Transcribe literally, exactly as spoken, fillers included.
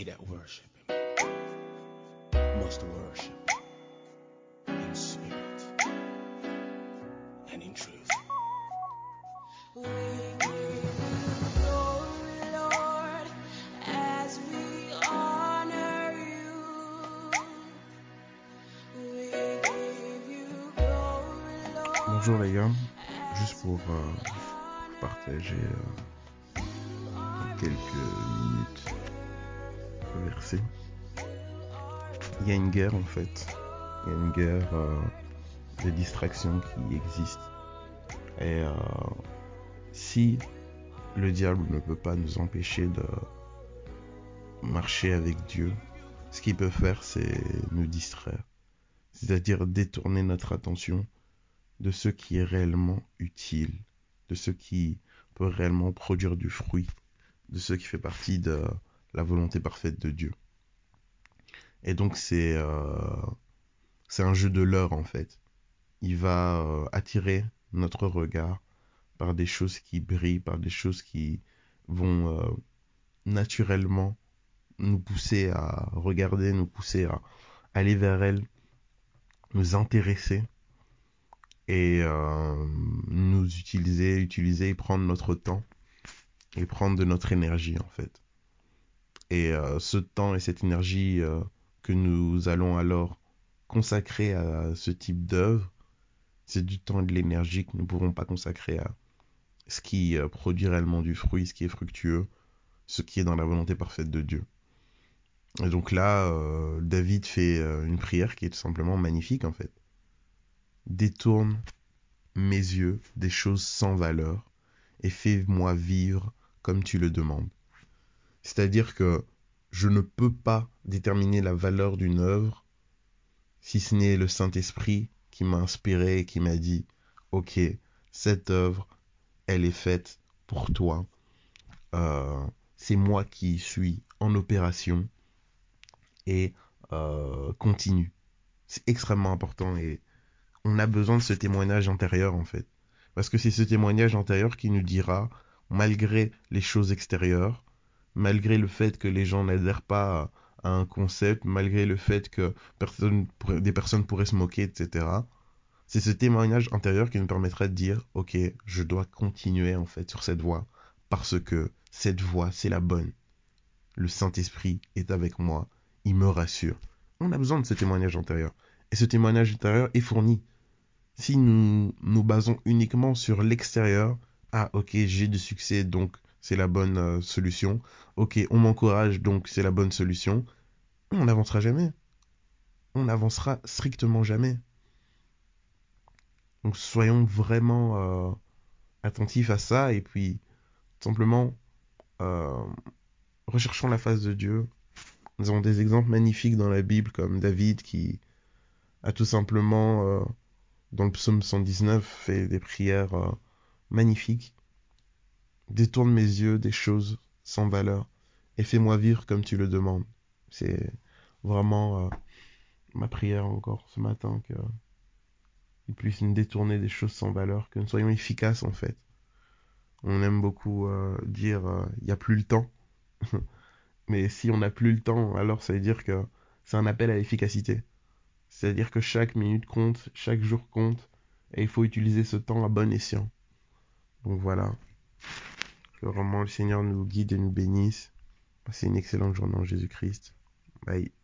that worship must worship in spirit and in truth. We give you glory, Lord, as we honor you. We give you glory, Lord. Bonjour les gars, juste pour euh, partager euh, quelques minutes le verset. Il y a une guerre en fait, il y a une guerre euh, de distractions qui existe. Et euh, si le diable ne peut pas nous empêcher de marcher avec Dieu, ce qu'il peut faire, c'est nous distraire. C'est-à-dire détourner notre attention de ce qui est réellement utile, de ce qui peut réellement produire du fruit, de ce qui fait partie de la volonté parfaite de Dieu. Et donc c'est euh, c'est un jeu de leurre en fait. Il va euh, attirer notre regard par des choses qui brillent, par des choses qui vont euh, naturellement nous pousser à regarder, nous pousser à aller vers elles, nous intéresser et euh, nous utiliser, utiliser et prendre notre temps et prendre de notre énergie en fait. Et euh, ce temps et cette énergie euh, que nous allons alors consacrer à ce type d'œuvre, c'est du temps et de l'énergie que nous ne pourrons pas consacrer à ce qui euh, produit réellement du fruit, ce qui est fructueux, ce qui est dans la volonté parfaite de Dieu. Et donc là, euh, David fait euh, une prière qui est tout simplement magnifique en fait. Détourne mes yeux des choses sans valeur et fais-moi vivre comme tu le demandes. C'est-à-dire que je ne peux pas déterminer la valeur d'une œuvre si ce n'est le Saint-Esprit qui m'a inspiré et qui m'a dit « Ok, cette œuvre, elle est faite pour toi. Euh, c'est moi qui suis en opération et euh, continue. » C'est extrêmement important et on a besoin de ce témoignage intérieur en fait. Parce que c'est ce témoignage intérieur qui nous dira, malgré les choses extérieures, malgré le fait que les gens n'adhèrent pas à, à un concept, malgré le fait que personne, des personnes pourraient se moquer, et cetera. C'est ce témoignage intérieur qui nous permettra de dire, ok, je dois continuer en fait sur cette voie, parce que cette voie, c'est la bonne. Le Saint-Esprit est avec moi, il me rassure. On a besoin de ce témoignage intérieur. Et ce témoignage intérieur est fourni. Si nous nous basons uniquement sur l'extérieur, ah ok, j'ai du succès, donc c'est la bonne euh, solution. Ok, on m'encourage, donc c'est la bonne solution. On n'avancera jamais. On n'avancera strictement jamais. Donc soyons vraiment euh, attentifs à ça et puis simplement euh, recherchons la face de Dieu. Nous avons des exemples magnifiques dans la Bible comme David qui a tout simplement, euh, dans le psaume cent dix-neuf, fait des prières euh, magnifiques. Détourne mes yeux des choses sans valeur et fais-moi vivre comme tu le demandes. C'est vraiment euh, ma prière encore ce matin, qu'il puisse nous détourner des choses sans valeur, que nous soyons efficaces en fait. On aime beaucoup euh, dire il euh, n'y a plus le temps. Mais si on n'a plus le temps, alors ça veut dire que c'est un appel à l'efficacité. C'est-à-dire que chaque minute compte, chaque jour compte, et il faut utiliser ce temps à bon escient. Donc voilà. Que vraiment le Seigneur nous guide et nous bénisse. Passez une excellente journée en Jésus-Christ. Bye.